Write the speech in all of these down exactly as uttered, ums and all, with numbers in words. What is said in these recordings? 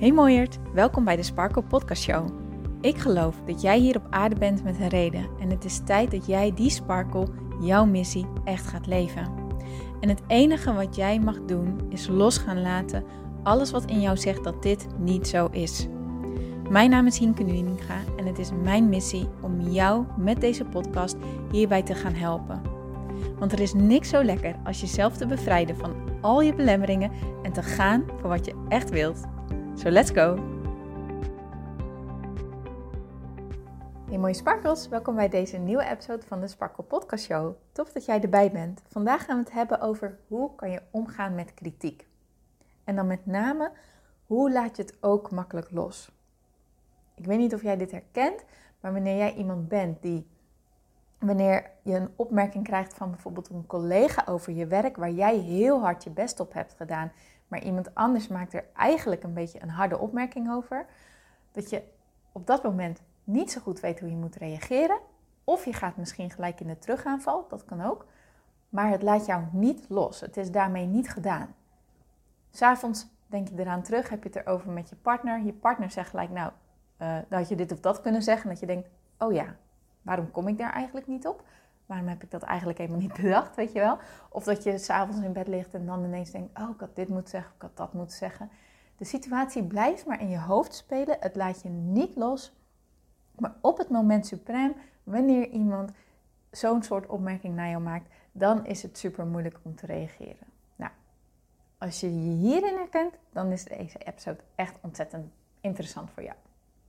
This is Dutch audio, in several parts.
Hey mooiert, welkom bij de Sparkle Podcast Show. Ik geloof dat jij hier op aarde bent met een reden en het is tijd dat jij die sparkle, jouw missie, echt gaat leven. En het enige wat jij mag doen is los gaan laten alles wat in jou zegt dat dit niet zo is. Mijn naam is Hienke Nuninga en het is mijn missie om jou met deze podcast hierbij te gaan helpen. Want er is niks zo lekker als jezelf te bevrijden van al je belemmeringen en te gaan voor wat je echt wilt. So let's go! Hey mooie sparkles, welkom bij deze nieuwe episode van de Sparkle Podcast Show. Tof dat jij erbij bent. Vandaag gaan we het hebben over hoe kan je omgaan met kritiek. En dan met name, hoe laat je het ook makkelijk los? Ik weet niet of jij dit herkent, maar wanneer jij iemand bent die, wanneer je een opmerking krijgt van bijvoorbeeld een collega over je werk, waar jij heel hard je best op hebt gedaan, maar iemand anders maakt er eigenlijk een beetje een harde opmerking over, dat je op dat moment niet zo goed weet hoe je moet reageren, of je gaat misschien gelijk in de terugaanval, dat kan ook, maar het laat jou niet los. Het is daarmee niet gedaan. 'S Avonds denk je eraan terug, heb je het erover met je partner. Je partner zegt gelijk, nou, uh, dat had je dit of dat kunnen zeggen. En dat je denkt, oh ja, waarom kom ik daar eigenlijk niet op? Waarom heb ik dat eigenlijk helemaal niet bedacht, weet je wel? Of dat je 's avonds in bed ligt en dan ineens denkt, oh, ik had dit moeten zeggen, ik had dat moeten zeggen. De situatie blijft maar in je hoofd spelen. Het laat je niet los. Maar op het moment suprem, wanneer iemand zo'n soort opmerking naar jou maakt, dan is het super moeilijk om te reageren. Nou, als je je hierin herkent, dan is deze episode echt ontzettend interessant voor jou.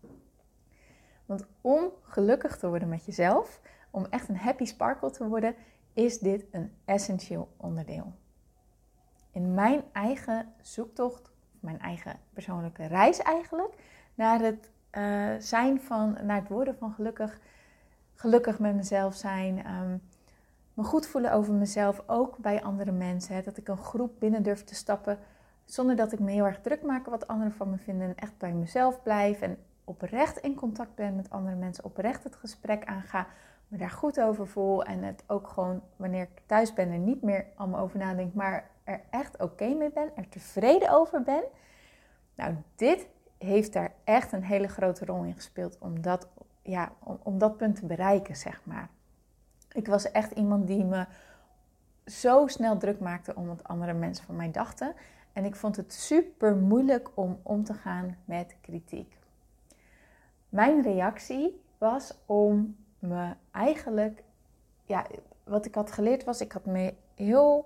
Want om gelukkig te worden met jezelf, om echt een happy sparkle te worden, is dit een essentieel onderdeel. In mijn eigen zoektocht, mijn eigen persoonlijke reis eigenlijk, naar het uh, zijn van, naar het worden van gelukkig, gelukkig met mezelf zijn, um, me goed voelen over mezelf, ook bij andere mensen. Hè, dat ik een groep binnen durf te stappen, zonder dat ik me heel erg druk maak wat anderen van me vinden en echt bij mezelf blijf en oprecht in contact ben met andere mensen, oprecht het gesprek aanga, me daar goed over voel en het ook gewoon wanneer ik thuis ben er niet meer allemaal over nadenk, maar er echt oké mee ben, er tevreden over ben. Nou, dit heeft daar echt een hele grote rol in gespeeld om dat, ja, om, om dat punt te bereiken, zeg maar. Ik was echt iemand die me zo snel druk maakte om wat andere mensen van mij dachten. En ik vond het super moeilijk om om te gaan met kritiek. Mijn reactie was om me eigenlijk, ja, wat ik had geleerd was, ik had me heel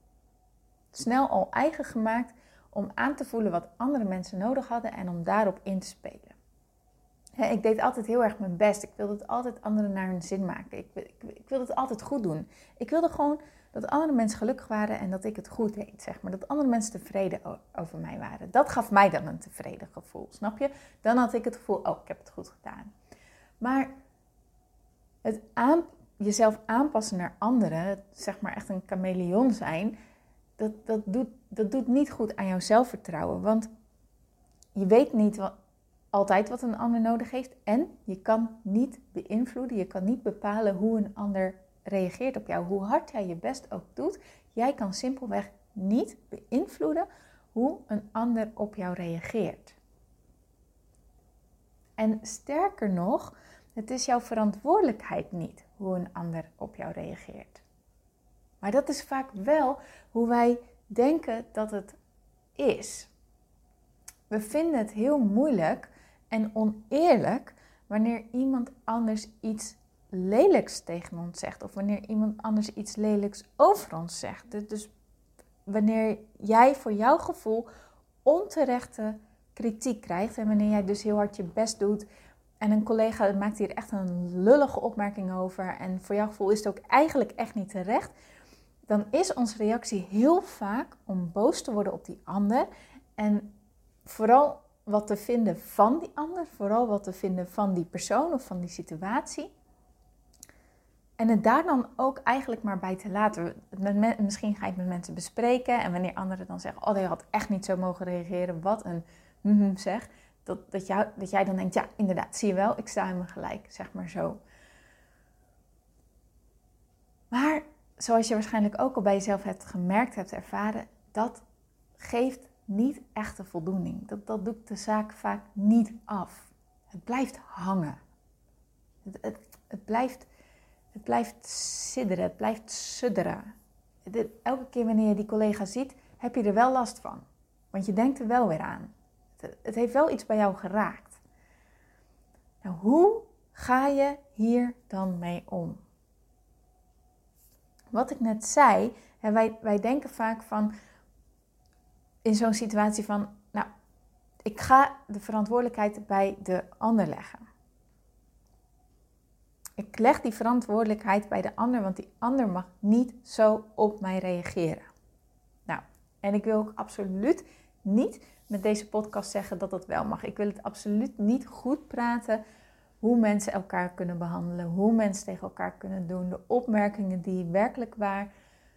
snel al eigen gemaakt om aan te voelen wat andere mensen nodig hadden en om daarop in te spelen. He, ik deed altijd heel erg mijn best. Ik wilde het altijd anderen naar hun zin maken. Ik, ik, ik wilde het altijd goed doen. Ik wilde gewoon dat andere mensen gelukkig waren en dat ik het goed deed, zeg maar. Dat andere mensen tevreden over mij waren. Dat gaf mij dan een tevreden gevoel, snap je? Dan had ik het gevoel, oh, ik heb het goed gedaan. Maar het aan, jezelf aanpassen naar anderen, zeg maar echt een chameleon zijn, dat, dat, doet, dat doet niet goed aan jouw zelfvertrouwen. Want je weet niet wat, altijd wat een ander nodig heeft en je kan niet beïnvloeden, je kan niet bepalen hoe een ander reageert op jou. Hoe hard jij je best ook doet, jij kan simpelweg niet beïnvloeden hoe een ander op jou reageert. En sterker nog, het is jouw verantwoordelijkheid niet hoe een ander op jou reageert. Maar dat is vaak wel hoe wij denken dat het is. We vinden het heel moeilijk en oneerlijk wanneer iemand anders iets lelijks tegen ons zegt. Of wanneer iemand anders iets lelijks over ons zegt. Dus wanneer jij voor jouw gevoel onterechte kritiek krijgt. En wanneer jij dus heel hard je best doet. En een collega maakt hier echt een lullige opmerking over. En voor jouw gevoel is het ook eigenlijk echt niet terecht. Dan is onze reactie heel vaak om boos te worden op die ander. En vooral wat te vinden van die ander. Vooral wat te vinden van die persoon of van die situatie. En het daar dan ook eigenlijk maar bij te laten. Misschien ga je het met mensen bespreken. En wanneer anderen dan zeggen, oh, je had echt niet zo mogen reageren. Wat een mm zeg. Dat, dat, jou, dat jij dan denkt, ja inderdaad, zie je wel, ik sta in me gelijk. Zeg maar zo. Maar zoals je waarschijnlijk ook al bij jezelf hebt gemerkt, hebt ervaren, dat geeft niet echte voldoening. Dat, dat doet de zaak vaak niet af. Het blijft hangen. Het, het, het, blijft, het blijft sidderen, het blijft sudderen. Het, elke keer wanneer je die collega ziet, heb je er wel last van. Want je denkt er wel weer aan. Het, het heeft wel iets bij jou geraakt. Nou, hoe ga je hier dan mee om? Wat ik net zei, hè, wij, wij denken vaak van, in zo'n situatie van, nou, ik ga de verantwoordelijkheid bij de ander leggen. Ik leg die verantwoordelijkheid bij de ander, want die ander mag niet zo op mij reageren. Nou, en ik wil ook absoluut niet met deze podcast zeggen dat dat wel mag. Ik wil het absoluut niet goed praten hoe mensen elkaar kunnen behandelen, hoe mensen tegen elkaar kunnen doen, de opmerkingen die werkelijk waar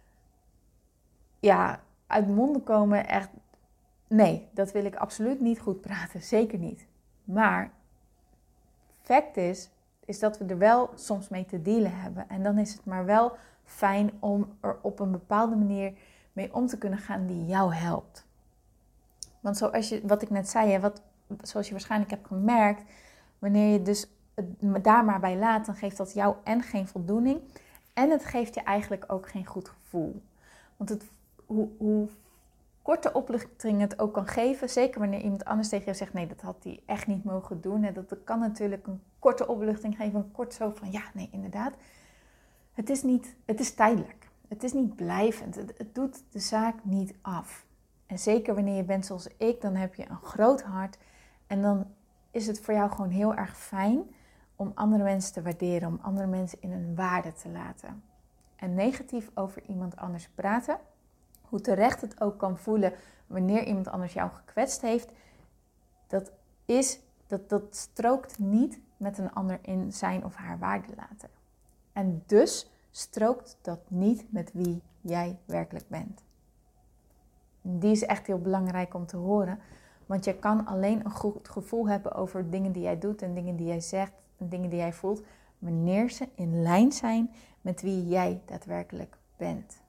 ja, uit monden komen, echt, nee, dat wil ik absoluut niet goed praten, zeker niet. Maar fact is, is dat we er wel soms mee te dealen hebben. En dan is het maar wel fijn om er op een bepaalde manier mee om te kunnen gaan die jou helpt. Want zoals je, wat ik net zei, hè, wat, zoals je waarschijnlijk hebt gemerkt, wanneer je dus het daar maar bij laat, dan geeft dat jou en geen voldoening. En het geeft je eigenlijk ook geen goed gevoel. Want het, hoe, hoe korte opluchting het ook kan geven, zeker wanneer iemand anders tegen jou zegt, nee, dat had hij echt niet mogen doen. En dat kan natuurlijk een korte opluchting geven, een kort zo van, ja, nee, inderdaad. Het is, niet, het is tijdelijk. Het is niet blijvend. Het, het doet de zaak niet af. En zeker wanneer je bent zoals ik, dan heb je een groot hart. En dan is het voor jou gewoon heel erg fijn om andere mensen te waarderen, om andere mensen in hun waarde te laten. En negatief over iemand anders praten, hoe terecht het ook kan voelen wanneer iemand anders jou gekwetst heeft, dat, is, dat, dat strookt niet met een ander in zijn of haar waarde laten. En dus strookt dat niet met wie jij werkelijk bent. Die is echt heel belangrijk om te horen, want je kan alleen een goed gevoel hebben over dingen die jij doet en dingen die jij zegt en dingen die jij voelt, wanneer ze in lijn zijn met wie jij daadwerkelijk bent.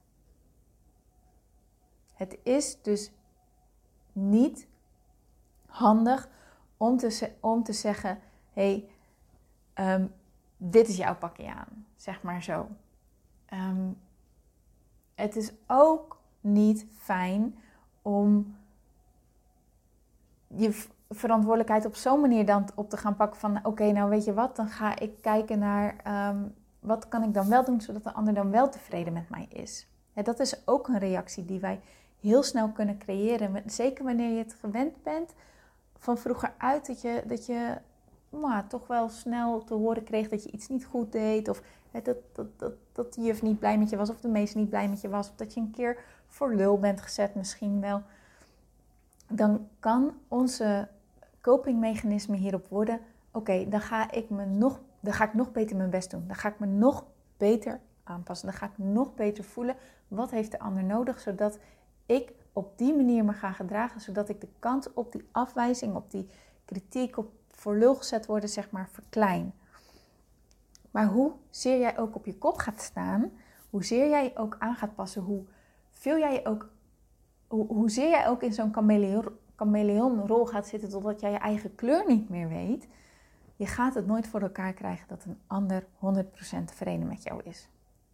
Het is dus niet handig om te, om te zeggen, hé, hey, um, dit is jouw pakje aan, zeg maar zo. Um, het is ook niet fijn om je verantwoordelijkheid op zo'n manier dan op te gaan pakken van, oké, okay, nou weet je wat, dan ga ik kijken naar, um, wat kan ik dan wel doen, zodat de ander dan wel tevreden met mij is. Ja, dat is ook een reactie die wij heel snel kunnen creëren. Zeker wanneer je het gewend bent van vroeger uit, dat je, dat je nou, toch wel snel te horen kreeg dat je iets niet goed deed. Of hè, dat, dat, dat, dat de juf niet blij met je was, of de meester niet blij met je was. Of dat je een keer voor lul bent gezet misschien wel. Dan kan onze copingmechanisme hierop worden, oké, okay, dan ga ik me nog, dan ga ik nog beter mijn best doen. Dan ga ik me nog beter aanpassen. Dan ga ik nog beter voelen, wat heeft de ander nodig, zodat ik op die manier me ga gedragen, zodat ik de kans op die afwijzing, op die kritiek, op voor lul gezet worden, zeg maar, verklein. Maar hoe zeer jij ook op je kop gaat staan, hoe zeer jij je ook aan gaat passen, hoe veel jij je ook, hoe, hoe zeer jij ook in zo'n chameleon, chameleonrol gaat zitten, totdat jij je eigen kleur niet meer weet, je gaat het nooit voor elkaar krijgen dat een ander honderd procent tevreden met jou is.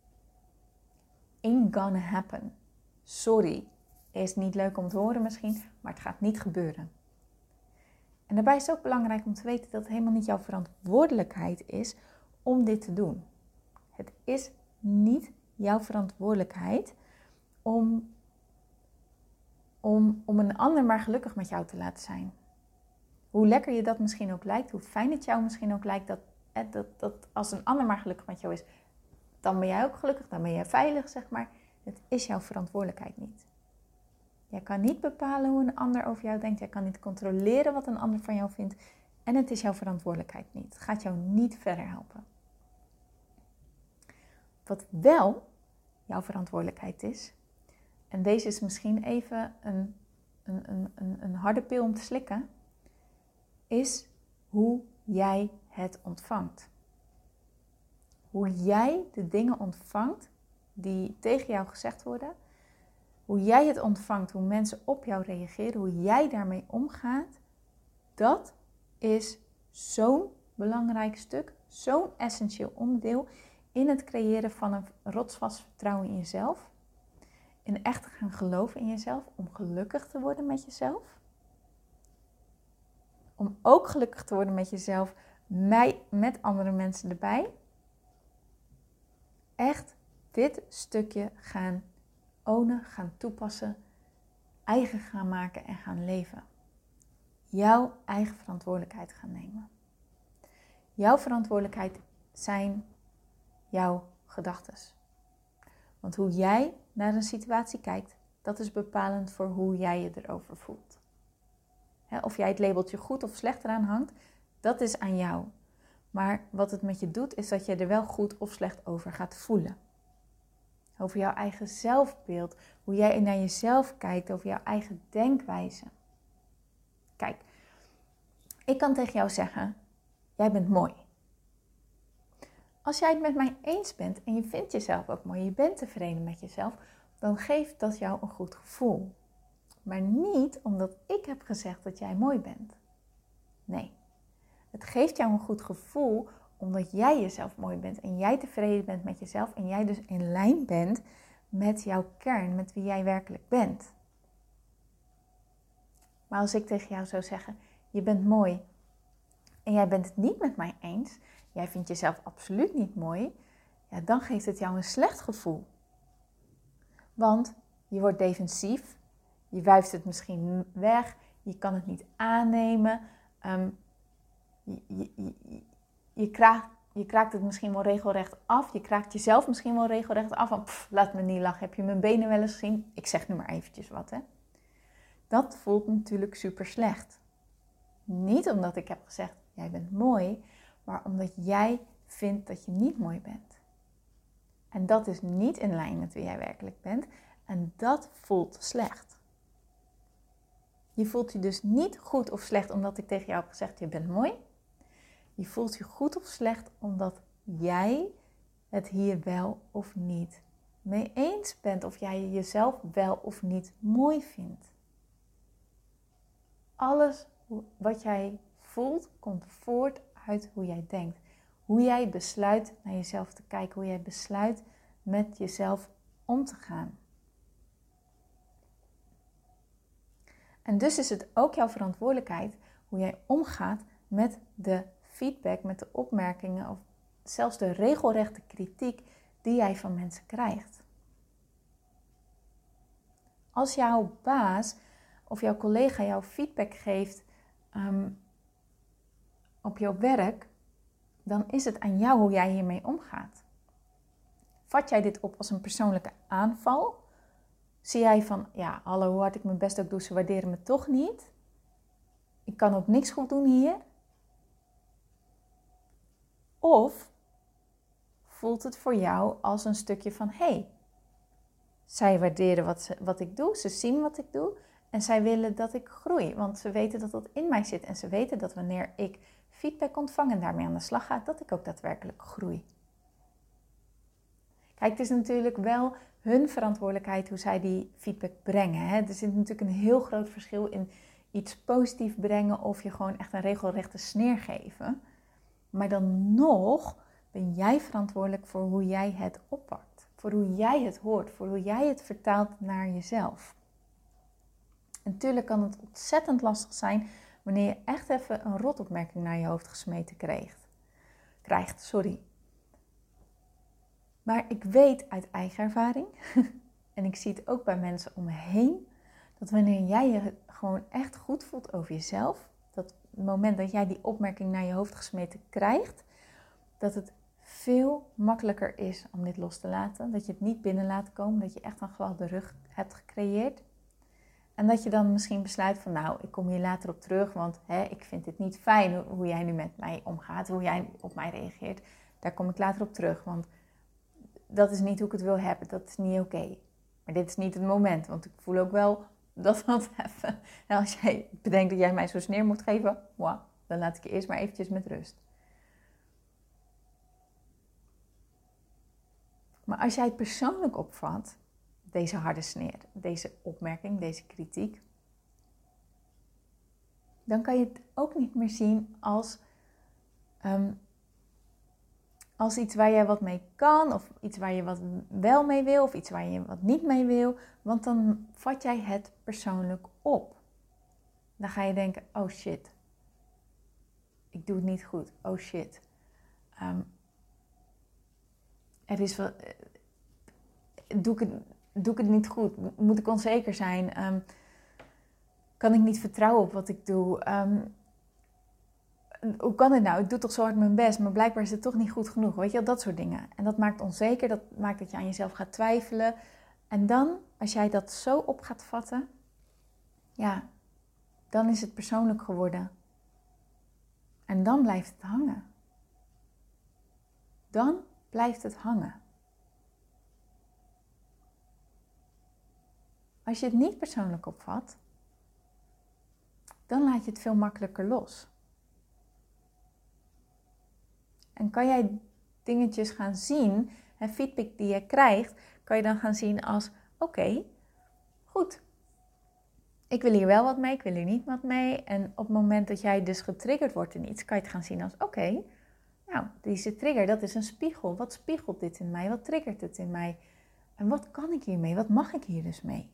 Ain't gonna happen. Sorry. Is niet leuk om te horen misschien, maar het gaat niet gebeuren. En daarbij is het ook belangrijk om te weten dat het helemaal niet jouw verantwoordelijkheid is om dit te doen. Het is niet jouw verantwoordelijkheid om, om, om een ander maar gelukkig met jou te laten zijn. Hoe lekker je dat misschien ook lijkt, hoe fijn het jou misschien ook lijkt, dat, dat, dat als een ander maar gelukkig met jou is, dan ben jij ook gelukkig, dan ben jij veilig, zeg maar. Het is jouw verantwoordelijkheid niet. Jij kan niet bepalen hoe een ander over jou denkt. Jij kan niet controleren wat een ander van jou vindt. En het is jouw verantwoordelijkheid niet. Het gaat jou niet verder helpen. Wat wel jouw verantwoordelijkheid is, en deze is misschien even een, een, een, een, een harde pil om te slikken, is hoe jij het ontvangt. Hoe jij de dingen ontvangt die tegen jou gezegd worden, hoe jij het ontvangt, hoe mensen op jou reageren, hoe jij daarmee omgaat, dat is zo'n belangrijk stuk, zo'n essentieel onderdeel in het creëren van een rotsvast vertrouwen in jezelf. In echt te gaan geloven in jezelf, om gelukkig te worden met jezelf. Om ook gelukkig te worden met jezelf, met andere mensen erbij. Echt dit stukje gaan ownen, gaan toepassen, eigen gaan maken en gaan leven. Jouw eigen verantwoordelijkheid gaan nemen. Jouw verantwoordelijkheid zijn jouw gedachten. Want hoe jij naar een situatie kijkt, dat is bepalend voor hoe jij je erover voelt. Of jij het labeltje goed of slecht eraan hangt, dat is aan jou. Maar wat het met je doet, is dat je er wel goed of slecht over gaat voelen. Over jouw eigen zelfbeeld, hoe jij naar jezelf kijkt, over jouw eigen denkwijze. Kijk, ik kan tegen jou zeggen, jij bent mooi. Als jij het met mij eens bent en je vindt jezelf ook mooi, je bent tevreden met jezelf, dan geeft dat jou een goed gevoel. Maar niet omdat ik heb gezegd dat jij mooi bent. Nee, het geeft jou een goed gevoel omdat jij jezelf mooi bent en jij tevreden bent met jezelf en jij dus in lijn bent met jouw kern, met wie jij werkelijk bent. Maar als ik tegen jou zou zeggen, je bent mooi en jij bent het niet met mij eens, jij vindt jezelf absoluut niet mooi, ja, dan geeft het jou een slecht gevoel. Want je wordt defensief, je wuift het misschien weg, je kan het niet aannemen, um, je, je, je, je, kraakt, je kraakt het misschien wel regelrecht af, je kraakt jezelf misschien wel regelrecht af, van pff, laat me niet lachen, heb je mijn benen wel eens gezien? Ik zeg nu maar eventjes wat, hè. Dat voelt natuurlijk super slecht. Niet omdat ik heb gezegd, jij bent mooi, maar omdat jij vindt dat je niet mooi bent. En dat is niet in lijn met wie jij werkelijk bent. En dat voelt slecht. Je voelt je dus niet goed of slecht omdat ik tegen jou heb gezegd, je bent mooi. Je voelt je goed of slecht omdat jij het hier wel of niet mee eens bent. Of jij jezelf wel of niet mooi vindt. Alles wat jij voelt, komt voort uit hoe jij denkt. Hoe jij besluit naar jezelf te kijken. Hoe jij besluit met jezelf om te gaan. En dus is het ook jouw verantwoordelijkheid hoe jij omgaat met de feedback, met de opmerkingen of zelfs de regelrechte kritiek die jij van mensen krijgt. Als jouw baas of jouw collega jouw feedback geeft um, op jouw werk, dan is het aan jou hoe jij hiermee omgaat. Vat jij dit op als een persoonlijke aanval? Zie jij van, ja, hallo, hoe hard ik mijn best ook doe, ze waarderen me toch niet. Ik kan ook niks goed doen hier. Of voelt het voor jou als een stukje van, hé, hey, zij waarderen wat, ze, wat ik doe, ze zien wat ik doe en zij willen dat ik groei. Want ze weten dat dat in mij zit en ze weten dat wanneer ik feedback ontvang en daarmee aan de slag ga, dat ik ook daadwerkelijk groei. Kijk, het is natuurlijk wel hun verantwoordelijkheid hoe zij die feedback brengen. Hè? Er zit natuurlijk een heel groot verschil in iets positief brengen of je gewoon echt een regelrechte sneer geven. Maar dan nog ben jij verantwoordelijk voor hoe jij het oppakt. Voor hoe jij het hoort, voor hoe jij het vertaalt naar jezelf. En natuurlijk kan het ontzettend lastig zijn wanneer je echt even een rotopmerking naar je hoofd gesmeten krijgt. krijgt. Sorry. Maar ik weet uit eigen ervaring, en ik zie het ook bij mensen om me heen, dat wanneer jij je gewoon echt goed voelt over jezelf, dat het moment dat jij die opmerking naar je hoofd gesmeten krijgt, dat het veel makkelijker is om dit los te laten. Dat je het niet binnen laat komen, dat je echt een gladde rug hebt gecreëerd. En dat je dan misschien besluit van, nou, ik kom hier later op terug, want hè, ik vind het niet fijn hoe jij nu met mij omgaat, hoe jij op mij reageert. Daar kom ik later op terug, want dat is niet hoe ik het wil hebben, dat is niet oké. Okay. Maar dit is niet het moment, want ik voel ook wel dat dat even... Nou, als jij bedenkt dat jij mij zo sneer moet geven, wow, dan laat ik je eerst maar eventjes met rust. Maar als jij het persoonlijk opvat, deze harde sneer, deze opmerking, deze kritiek, dan kan je het ook niet meer zien als, um, als iets waar jij wat mee kan, of iets waar je wat wel mee wil, of iets waar je wat niet mee wil, want dan vat jij het persoonlijk op. Dan ga je denken, oh shit, ik doe het niet goed, oh shit. Um, er is wat, doe ik, het, doe ik het niet goed, moet ik onzeker zijn, um, kan ik niet vertrouwen op wat ik doe, um, hoe kan het nou, ik doe toch zo hard mijn best, maar blijkbaar is het toch niet goed genoeg, weet je wel, dat soort dingen. En dat maakt onzeker, dat maakt dat je aan jezelf gaat twijfelen. En dan, als jij dat zo op gaat vatten, ja, dan is het persoonlijk geworden. En dan blijft het hangen. Dan blijft het hangen. Als je het niet persoonlijk opvat, dan laat je het veel makkelijker los. En kan jij dingetjes gaan zien, en feedback die je krijgt, kan je dan gaan zien als, oké, okay, goed. Ik wil hier wel wat mee, ik wil hier niet wat mee. En op het moment dat jij dus getriggerd wordt in iets, kan je het gaan zien als, oké, okay, nou, deze trigger, dat is een spiegel. Wat spiegelt dit in mij? Wat triggert het in mij? En wat kan ik hiermee? Wat mag ik hier dus mee?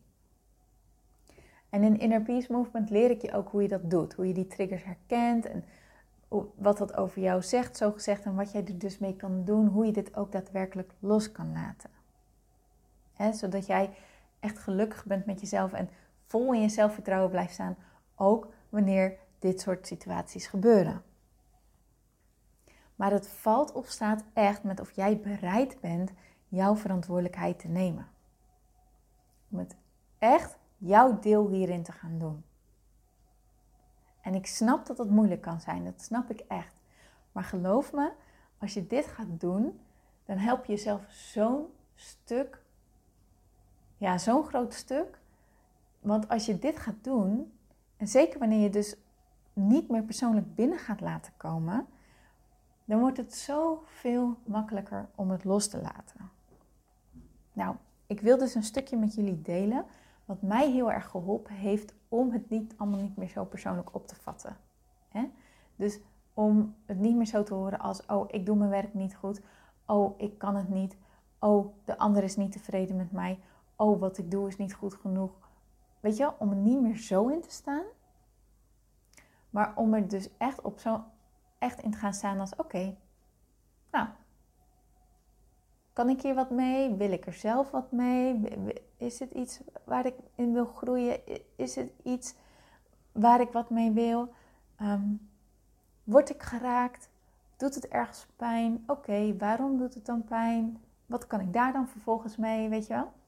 En in Inner Peace Movement leer ik je ook hoe je dat doet. Hoe je die triggers herkent en wat dat over jou zegt, zo gezegd. En wat jij er dus mee kan doen. Hoe je dit ook daadwerkelijk los kan laten. He, zodat jij echt gelukkig bent met jezelf en vol in je zelfvertrouwen blijft staan. Ook wanneer dit soort situaties gebeuren. Maar het valt of staat echt met of jij bereid bent jouw verantwoordelijkheid te nemen. Om het echt jouw deel hierin te gaan doen. En ik snap dat het moeilijk kan zijn, dat snap ik echt. Maar geloof me, als je dit gaat doen, dan help je jezelf zo'n stuk, ja, zo'n groot stuk. Want als je dit gaat doen, en zeker wanneer je dus niet meer persoonlijk binnen gaat laten komen, dan wordt het zoveel makkelijker om het los te laten. Nou, ik wil dus een stukje met jullie delen wat mij heel erg geholpen heeft om het niet allemaal niet meer zo persoonlijk op te vatten. He? Dus om het niet meer zo te horen als, oh, ik doe mijn werk niet goed. Oh, ik kan het niet. Oh, de ander is niet tevreden met mij. Oh, wat ik doe is niet goed genoeg. Weet je wel, om er niet meer zo in te staan. Maar om er dus echt, op zo, echt in te gaan staan als, oké, okay, nou, kan ik hier wat mee? Wil ik er zelf wat mee? Is het iets waar ik in wil groeien? Is het iets waar ik wat mee wil? Um, word ik geraakt? Doet het ergens pijn? Oké, okay, waarom doet het dan pijn? Wat kan ik daar dan vervolgens mee? Weet je wel?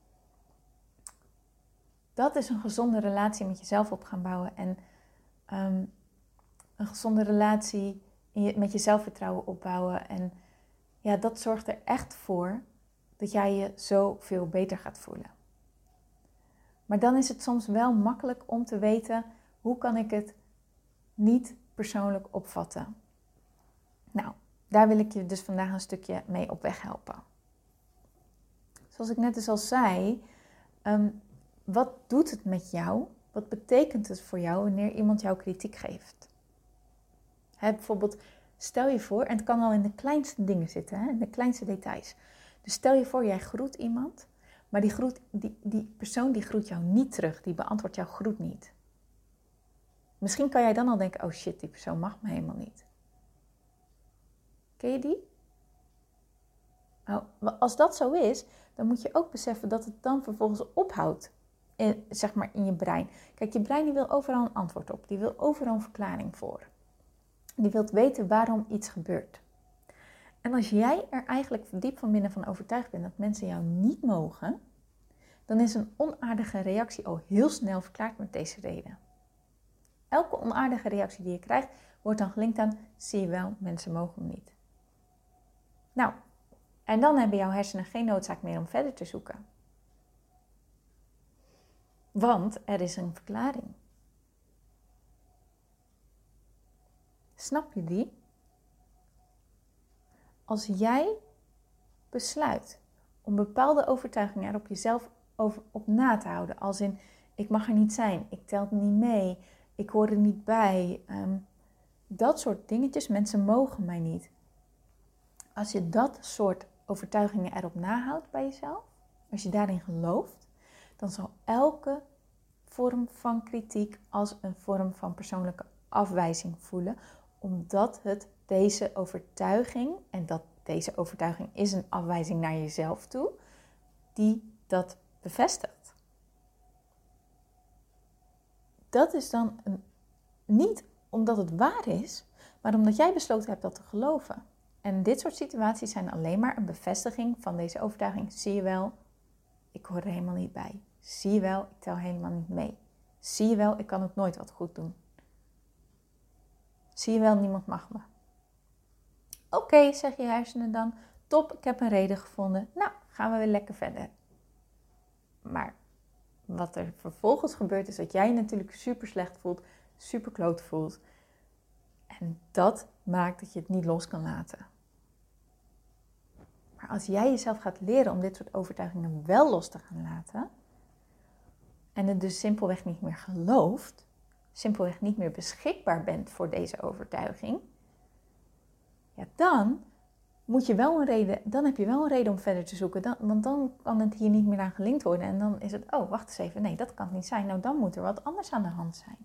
Dat is een gezonde relatie met jezelf op gaan bouwen. En um, een gezonde relatie in je, met je zelfvertrouwen opbouwen. En ja, dat zorgt er echt voor dat jij je zoveel beter gaat voelen. Maar dan is het soms wel makkelijk om te weten, hoe kan ik het niet persoonlijk opvatten? Nou, daar wil ik je dus vandaag een stukje mee op weg helpen. Zoals ik net dus al zei, um, wat doet het met jou? Wat betekent het voor jou wanneer iemand jou kritiek geeft? He, bijvoorbeeld, stel je voor, en het kan al in de kleinste dingen zitten, hè, in de kleinste details. Dus stel je voor, jij groet iemand, maar die, groet, die, die persoon die groet jou niet terug, die beantwoordt jouw groet niet. Misschien kan jij dan al denken, oh shit, die persoon mag me helemaal niet. Ken je die? Nou, als dat zo is, dan moet je ook beseffen dat het dan vervolgens ophoudt, in, zeg maar in je brein. Kijk, je brein die wil overal een antwoord op, die wil overal een verklaring voor. Die wilt weten waarom iets gebeurt. En als jij er eigenlijk diep van binnen van overtuigd bent dat mensen jou niet mogen, dan is een onaardige reactie al heel snel verklaard met deze reden. Elke onaardige reactie die je krijgt, wordt dan gelinkt aan, zie je wel, mensen mogen me niet. Nou, en dan hebben jouw hersenen geen noodzaak meer om verder te zoeken. Want er is een verklaring. Snap je die? Als jij besluit om bepaalde overtuigingen er op jezelf over, op na te houden. Als in, ik mag er niet zijn, ik tel niet mee, ik hoor er niet bij. Um, dat soort dingetjes, mensen mogen mij niet. Als je dat soort overtuigingen erop nahoudt bij jezelf, als je daarin gelooft, dan zal elke vorm van kritiek als een vorm van persoonlijke afwijzing voelen, omdat het deze overtuiging, en dat deze overtuiging is een afwijzing naar jezelf toe, die dat bevestigt. Dat is dan een, niet omdat het waar is, maar omdat jij besloten hebt dat te geloven. En dit soort situaties zijn alleen maar een bevestiging van deze overtuiging. Zie je wel, ik hoor er helemaal niet bij. Zie je wel, ik tel helemaal niet mee. Zie je wel, ik kan ook nooit wat goed doen. Zie je wel, niemand mag me. Oké, okay, zeg je hersenen dan. Top, ik heb een reden gevonden. Nou, gaan we weer lekker verder. Maar wat er vervolgens gebeurt is dat jij je natuurlijk super slecht voelt, super kloot voelt. En dat maakt dat je het niet los kan laten. Maar als jij jezelf gaat leren om dit soort overtuigingen wel los te gaan laten, en het dus simpelweg niet meer gelooft, simpelweg niet meer beschikbaar bent voor deze overtuiging, ja, dan moet je wel een reden, dan heb je wel een reden om verder te zoeken, dan, want dan kan het hier niet meer aan gelinkt worden en dan is het, oh, wacht eens even, nee, dat kan het niet zijn, nou dan moet er wat anders aan de hand zijn.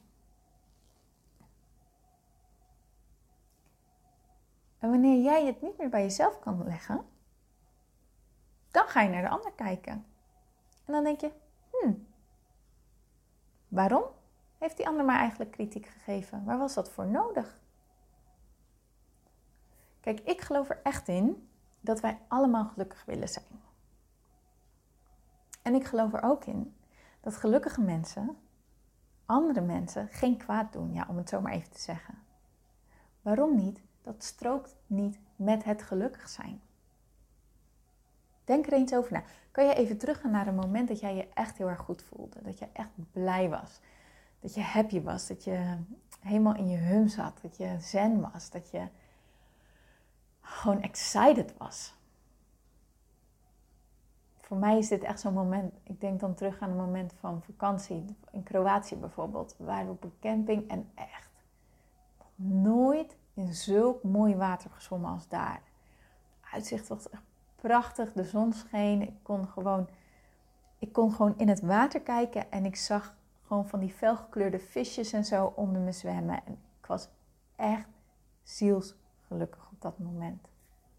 En wanneer jij het niet meer bij jezelf kan leggen, dan ga je naar de ander kijken. En dan denk je, hmm, waarom heeft die ander mij eigenlijk kritiek gegeven? Waar was dat voor nodig? Kijk, ik geloof er echt in dat wij allemaal gelukkig willen zijn. En ik geloof er ook in dat gelukkige mensen andere mensen geen kwaad doen, ja, om het zo maar even te zeggen. Waarom niet? Dat strookt niet met het gelukkig zijn. Denk er eens over na. Kan je even teruggaan naar een moment dat jij je echt heel erg goed voelde? Dat je echt blij was? Dat je happy was? Dat je helemaal in je hum zat? Dat je zen was? Dat je gewoon excited was? Voor mij is dit echt zo'n moment, ik denk dan terug aan een moment van vakantie. In Kroatië bijvoorbeeld. We waren op een camping en echt nooit in zulk mooi water gezwommen als daar. Het uitzicht was echt prachtig, de zon scheen. Ik kon gewoon, ik kon gewoon in het water kijken en ik zag gewoon van die felgekleurde visjes en zo onder me zwemmen. En ik was echt zielsgelukkig op dat moment.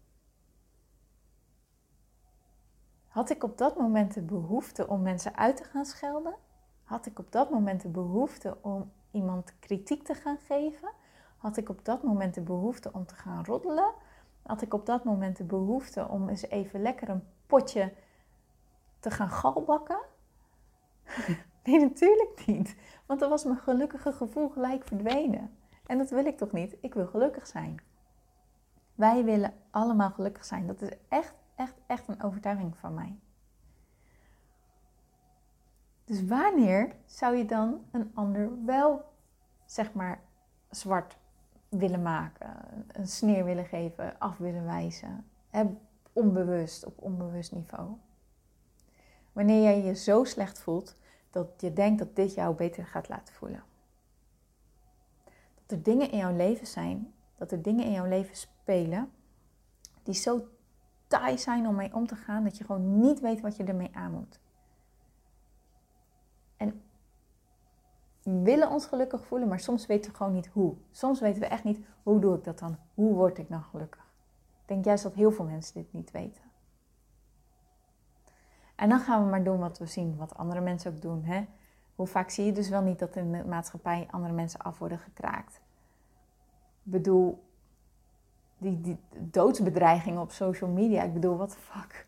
Had ik op dat moment de behoefte om mensen uit te gaan schelden? Had ik op dat moment de behoefte om iemand kritiek te gaan geven? Had ik op dat moment de behoefte om te gaan roddelen? Had ik op dat moment de behoefte om eens even lekker een potje te gaan galbakken? Nee, natuurlijk niet. Want dan was mijn gelukkige gevoel gelijk verdwenen. En dat wil ik toch niet? Ik wil gelukkig zijn. Wij willen allemaal gelukkig zijn. Dat is echt, echt, echt een overtuiging van mij. Dus wanneer zou je dan een ander wel, zeg maar, zwart willen maken, een sneer willen geven, af willen wijzen, hè, onbewust, op onbewust niveau? Wanneer jij je zo slecht voelt dat je denkt dat dit jou beter gaat laten voelen. Dat er dingen in jouw leven zijn, dat er dingen in jouw leven spelen die zo taai zijn om mee om te gaan, dat je gewoon niet weet wat je ermee aan moet. En we willen ons gelukkig voelen, maar soms weten we gewoon niet hoe. Soms weten we echt niet, hoe doe ik dat dan? Hoe word ik dan gelukkig? Ik denk juist dat heel veel mensen dit niet weten. En dan gaan we maar doen wat we zien, wat andere mensen ook doen. Hè? Hoe vaak zie je dus wel niet dat in de maatschappij andere mensen af worden gekraakt? Ik bedoel, die, die doodsbedreigingen op social media, ik bedoel, what the fuck?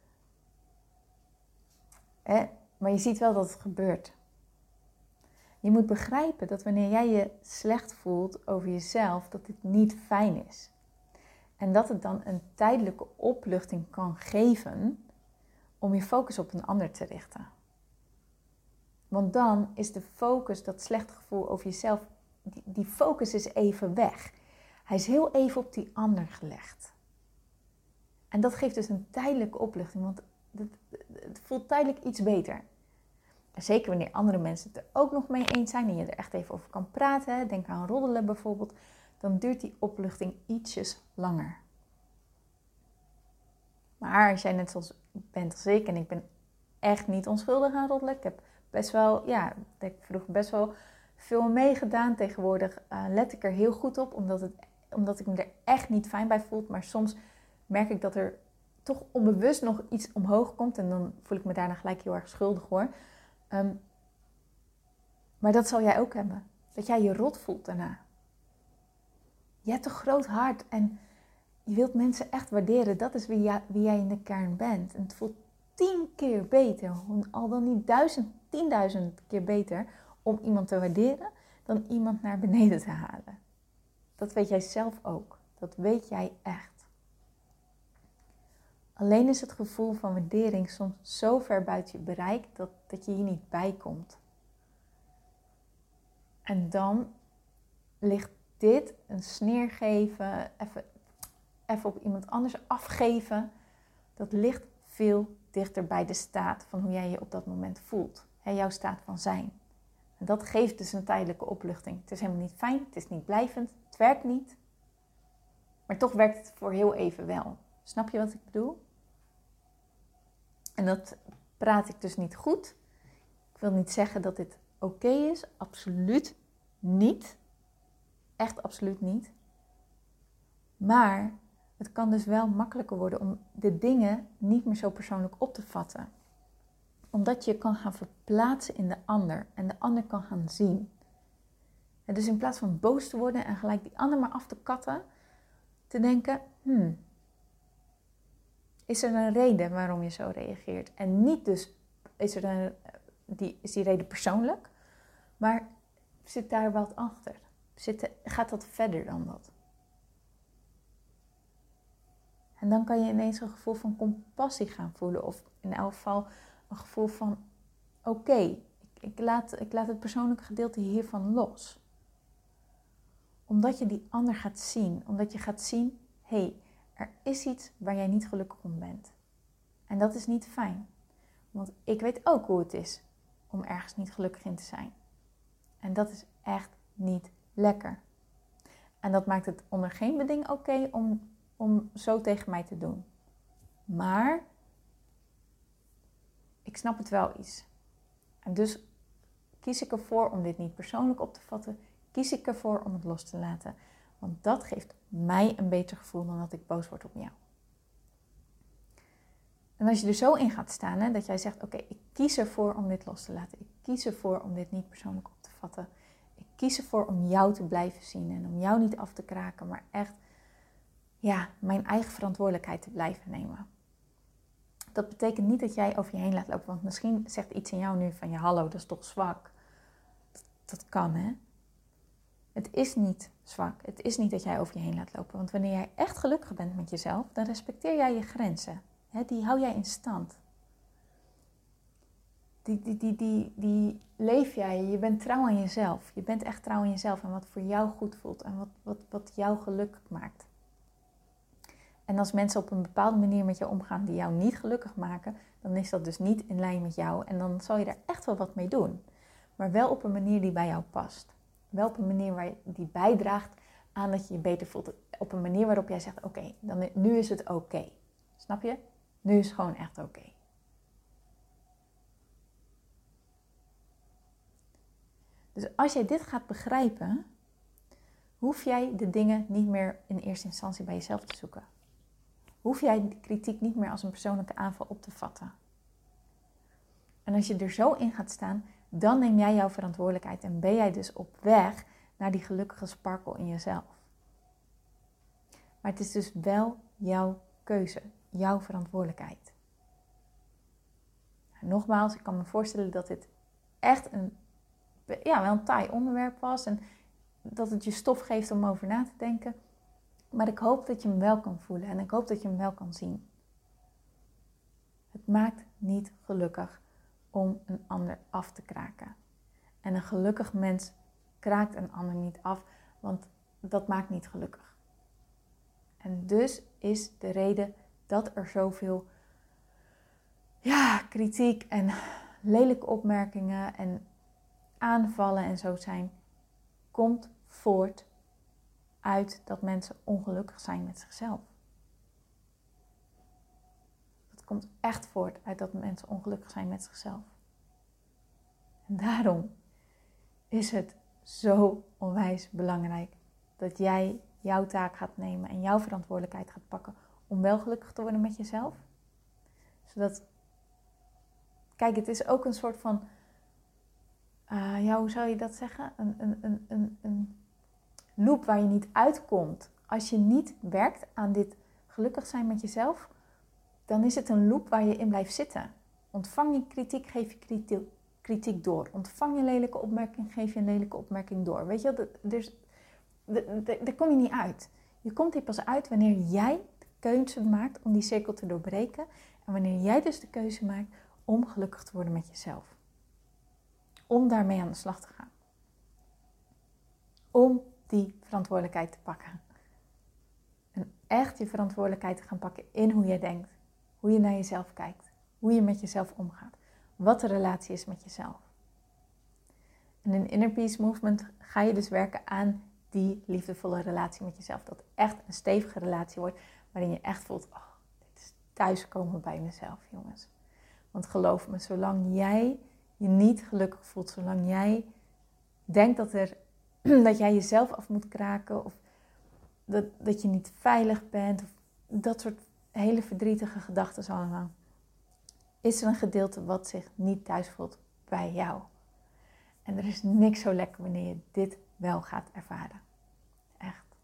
Hè? Maar je ziet wel dat het gebeurt. Je moet begrijpen dat wanneer jij je slecht voelt over jezelf, dat dit niet fijn is. En dat het dan een tijdelijke opluchting kan geven om je focus op een ander te richten. Want dan is de focus, dat slechte gevoel over jezelf, die, die focus is even weg. Hij is heel even op die ander gelegd. En dat geeft dus een tijdelijke opluchting, want het, het voelt tijdelijk iets beter. En zeker wanneer andere mensen het er ook nog mee eens zijn en je er echt even over kan praten, denk aan roddelen bijvoorbeeld, dan duurt die opluchting ietsjes langer. Maar als jij net zoals bent als ik, en ik ben echt niet onschuldig aan roddelen, ik heb best wel, ja, ik heb vroeger best wel veel meegedaan. Tegenwoordig uh, let ik er heel goed op, omdat, het, omdat ik me er echt niet fijn bij voel. Maar soms merk ik dat er toch onbewust nog iets omhoog komt en dan voel ik me daarna gelijk heel erg schuldig hoor. Um, maar dat zal jij ook hebben. Dat jij je rot voelt daarna. Je hebt een groot hart en je wilt mensen echt waarderen. Dat is wie jij, wie jij in de kern bent. En het voelt tien keer beter, al dan niet duizend, tienduizend keer beter, om iemand te waarderen dan iemand naar beneden te halen. Dat weet jij zelf ook. Dat weet jij echt. Alleen is het gevoel van waardering soms zo ver buiten je bereik dat, dat je hier niet bij komt. En dan ligt dit, een sneer geven, even, even op iemand anders afgeven, dat ligt veel dichter bij de staat van hoe jij je op dat moment voelt. Hè, jouw staat van zijn. En dat geeft dus een tijdelijke opluchting. Het is helemaal niet fijn, het is niet blijvend, het werkt niet. Maar toch werkt het voor heel even wel. Snap je wat ik bedoel? En dat praat ik dus niet goed. Ik wil niet zeggen dat dit oké is. Absoluut niet. Echt absoluut niet. Maar het kan dus wel makkelijker worden om de dingen niet meer zo persoonlijk op te vatten. Omdat je kan gaan verplaatsen in de ander en de ander kan gaan zien. En dus in plaats van boos te worden en gelijk die ander maar af te katten, te denken, hmm, is er een reden waarom je zo reageert? En niet dus, is, er een, die, is die reden persoonlijk, maar zit daar wat achter? Zit, gaat dat verder dan dat? En dan kan je ineens een gevoel van compassie gaan voelen. Of in elk geval een gevoel van, oké, okay, ik, ik, laat, ik laat het persoonlijke gedeelte hiervan los. Omdat je die ander gaat zien. Omdat je gaat zien, hé, hey, er is iets waar jij niet gelukkig om bent. En dat is niet fijn. Want ik weet ook hoe het is om ergens niet gelukkig in te zijn. En dat is echt niet lekker. En dat maakt het onder geen beding oké okay om, om zo tegen mij te doen. Maar ik snap het wel eens. En dus kies ik ervoor om dit niet persoonlijk op te vatten. Kies ik ervoor om het los te laten. Want dat geeft mij een beter gevoel dan dat ik boos word op jou. En als je er zo in gaat staan, hè, dat jij zegt, oké, okay, ik kies ervoor om dit los te laten. Ik kies ervoor om dit niet persoonlijk op te vatten. Ik kies ervoor om jou te blijven zien en om jou niet af te kraken, maar echt, ja, mijn eigen verantwoordelijkheid te blijven nemen. Dat betekent niet dat jij over je heen laat lopen, want misschien zegt iets in jou nu van, ja, hallo, dat is toch zwak. Dat, dat kan, hè. Het is niet zwak. Het is niet dat jij over je heen laat lopen. Want wanneer jij echt gelukkig bent met jezelf, dan respecteer jij je grenzen. He, die hou jij in stand. Die, die, die, die, die leef jij. Je bent trouw aan jezelf. Je bent echt trouw aan jezelf en wat voor jou goed voelt en wat, wat, wat jou gelukkig maakt. En als mensen op een bepaalde manier met jou omgaan die jou niet gelukkig maken, dan is dat dus niet in lijn met jou. En dan zal je er echt wel wat mee doen. Maar wel op een manier die bij jou past. Wel op een manier waar je, die bijdraagt aan dat je je beter voelt. Op een manier waarop jij zegt, oké, okay, dan nu is het oké. Okay. Snap je? Nu is het gewoon echt oké. Okay. Dus als jij dit gaat begrijpen, hoef jij de dingen niet meer in eerste instantie bij jezelf te zoeken. Hoef jij de kritiek niet meer als een persoonlijke aanval op te vatten. En als je er zo in gaat staan, dan neem jij jouw verantwoordelijkheid en ben jij dus op weg naar die gelukkige sparkle in jezelf. Maar het is dus wel jouw keuze, jouw verantwoordelijkheid. En nogmaals, ik kan me voorstellen dat dit echt een, ja, wel een taai onderwerp was en dat het je stof geeft om over na te denken. Maar ik hoop dat je hem wel kan voelen en ik hoop dat je hem wel kan zien. Het maakt niet gelukkig om een ander af te kraken. En een gelukkig mens kraakt een ander niet af, want dat maakt niet gelukkig. En dus is de reden dat er zoveel ja, kritiek en lelijke opmerkingen en aanvallen en zo zijn, komt voort uit dat mensen ongelukkig zijn met zichzelf. Het komt echt voort uit dat mensen ongelukkig zijn met zichzelf. En daarom is het zo onwijs belangrijk dat jij jouw taak gaat nemen en jouw verantwoordelijkheid gaat pakken om wel gelukkig te worden met jezelf. Zodat, kijk, het is ook een soort van, uh, ja, hoe zou je dat zeggen? Een, een, een, een, een loop waar je niet uitkomt. Als je niet werkt aan dit gelukkig zijn met jezelf, dan is het een loop waar je in blijft zitten. Ontvang je kritiek, geef je kritiek, kritiek door. Ontvang je lelijke opmerking, geef je een lelijke opmerking door. Weet je wel, dus, daar kom je niet uit. Je komt hier pas uit wanneer jij de keuze maakt om die cirkel te doorbreken. En wanneer jij dus de keuze maakt om gelukkig te worden met jezelf. Om daarmee aan de slag te gaan. Om die verantwoordelijkheid te pakken. En echt je verantwoordelijkheid te gaan pakken in hoe je denkt. Hoe je naar jezelf kijkt. Hoe je met jezelf omgaat. Wat de relatie is met jezelf. En in Inner Peace Movement ga je dus werken aan die liefdevolle relatie met jezelf. Dat echt een stevige relatie wordt. Waarin je echt voelt, oh, dit is thuiskomen bij mezelf, jongens. Want geloof me, zolang jij je niet gelukkig voelt. Zolang jij denkt dat, er, dat jij jezelf af moet kraken. Of dat, dat je niet veilig bent. Of dat soort hele verdrietige gedachten allemaal. Is er een gedeelte wat zich niet thuis voelt bij jou. En er is niks zo lekker wanneer je dit wel gaat ervaren. Echt.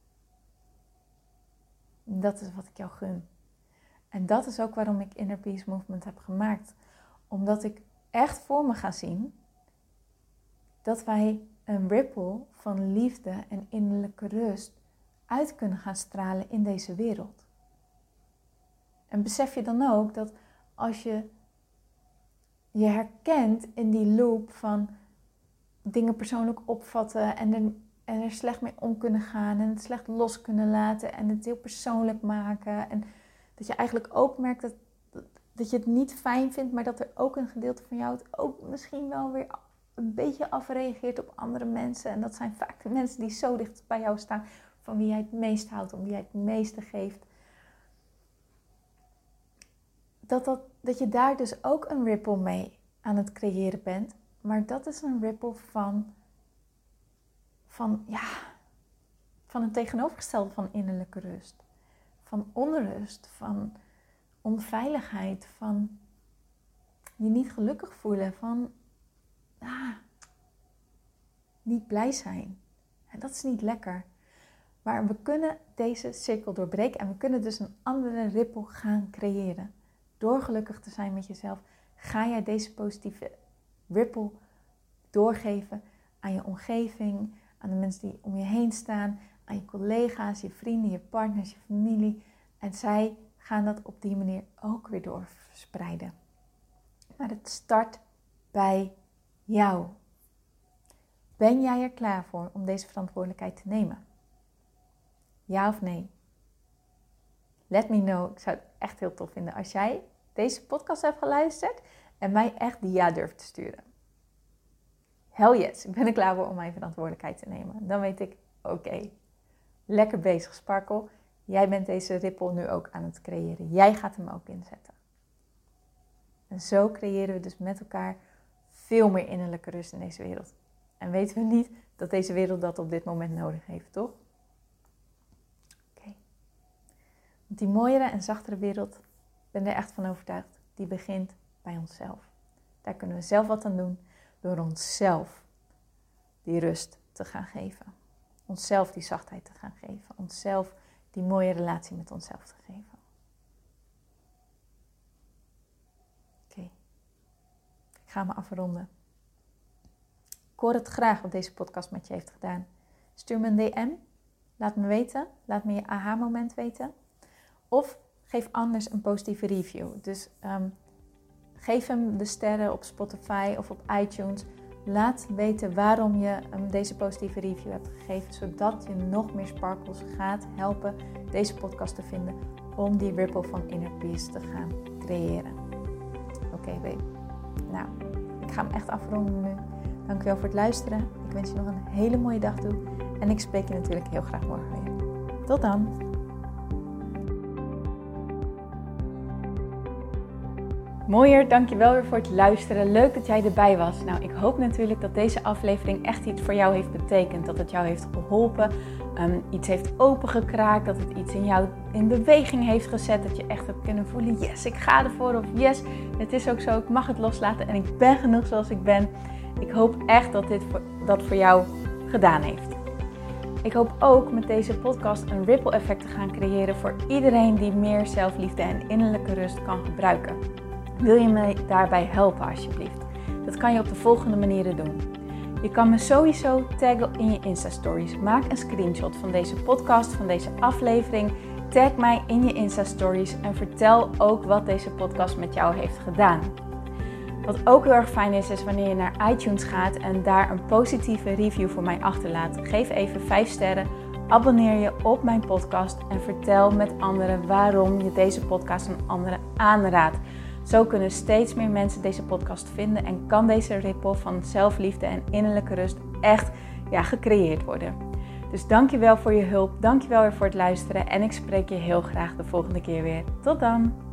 Dat is wat ik jou gun. En dat is ook waarom ik Inner Peace Movement heb gemaakt. Omdat ik echt voor me ga zien dat wij een ripple van liefde en innerlijke rust uit kunnen gaan stralen in deze wereld. En besef je dan ook dat als je je herkent in die loop van dingen persoonlijk opvatten en er, en er slecht mee om kunnen gaan en het slecht los kunnen laten en het heel persoonlijk maken. En dat je eigenlijk ook merkt dat, dat je het niet fijn vindt, maar dat er ook een gedeelte van jou het ook misschien wel weer een beetje afreageert op andere mensen. En dat zijn vaak de mensen die zo dicht bij jou staan, van wie jij het meest houdt, om wie jij het meeste geeft. Dat, dat, dat je daar dus ook een ripple mee aan het creëren bent. Maar dat is een ripple van, van, ja, van een tegenovergestelde van innerlijke rust. Van onrust, van onveiligheid, van je niet gelukkig voelen, van ah, niet blij zijn. En dat is niet lekker. Maar we kunnen deze cirkel doorbreken en we kunnen dus een andere ripple gaan creëren. Door gelukkig te zijn met jezelf, ga jij deze positieve ripple doorgeven aan je omgeving, aan de mensen die om je heen staan, aan je collega's, je vrienden, je partners, je familie. En zij gaan dat op die manier ook weer doorspreiden. Maar het start bij jou. Ben jij er klaar voor om deze verantwoordelijkheid te nemen? Ja of nee? Let me know. Ik zou het echt heel tof vinden als jij deze podcast hebt geluisterd en mij echt die ja durft te sturen. Hell yes, ik ben er klaar voor om mijn verantwoordelijkheid te nemen. Dan weet ik, oké, okay, lekker bezig Sparkle. Jij bent deze ripple nu ook aan het creëren. Jij gaat hem ook inzetten. En zo creëren we dus met elkaar veel meer innerlijke rust in deze wereld. En weten we niet dat deze wereld dat op dit moment nodig heeft, toch? Oké. Okay. Want die mooiere en zachtere wereld, ik ben er echt van overtuigd, die begint bij onszelf. Daar kunnen we zelf wat aan doen door onszelf die rust te gaan geven. Onszelf die zachtheid te gaan geven. Onszelf die mooie relatie met onszelf te geven. Oké. Okay. Ik ga me afronden. Ik hoor het graag wat deze podcast met je heeft gedaan. Stuur me een D M. Laat me weten. Laat me je aha-moment weten. Of geef anders een positieve review. Dus um, geef hem de sterren op Spotify of op iTunes. Laat weten waarom je um, deze positieve review hebt gegeven. Zodat je nog meer sparkles gaat helpen deze podcast te vinden. Om die ripple van Inner Peace te gaan creëren. Oké? G B. Nou, ik ga hem echt afronden nu. Dankjewel voor het luisteren. Ik wens je nog een hele mooie dag toe. En ik spreek je natuurlijk heel graag morgen weer. Tot dan! Mooier, dankjewel weer voor het luisteren. Leuk dat jij erbij was. Nou, ik hoop natuurlijk dat deze aflevering echt iets voor jou heeft betekend. Dat het jou heeft geholpen, um, iets heeft opengekraakt, dat het iets in jou in beweging heeft gezet. Dat je echt hebt kunnen voelen, yes, ik ga ervoor. Of yes, het is ook zo, ik mag het loslaten en ik ben genoeg zoals ik ben. Ik hoop echt dat dit voor, dat voor jou gedaan heeft. Ik hoop ook met deze podcast een ripple effect te gaan creëren voor iedereen die meer zelfliefde en innerlijke rust kan gebruiken. Wil je me daarbij helpen alsjeblieft? Dat kan je op de volgende manieren doen. Je kan me sowieso taggen in je Insta-stories. Maak een screenshot van deze podcast, van deze aflevering. Tag mij in je Insta-stories en vertel ook wat deze podcast met jou heeft gedaan. Wat ook heel erg fijn is, is wanneer je naar iTunes gaat en daar een positieve review voor mij achterlaat. Geef even vijf sterren, abonneer je op mijn podcast en vertel met anderen waarom je deze podcast aan anderen aanraadt. Zo kunnen steeds meer mensen deze podcast vinden en kan deze ripple van zelfliefde en innerlijke rust echt ja, gecreëerd worden. Dus dankjewel voor je hulp, dankjewel weer voor het luisteren en ik spreek je heel graag de volgende keer weer. Tot dan!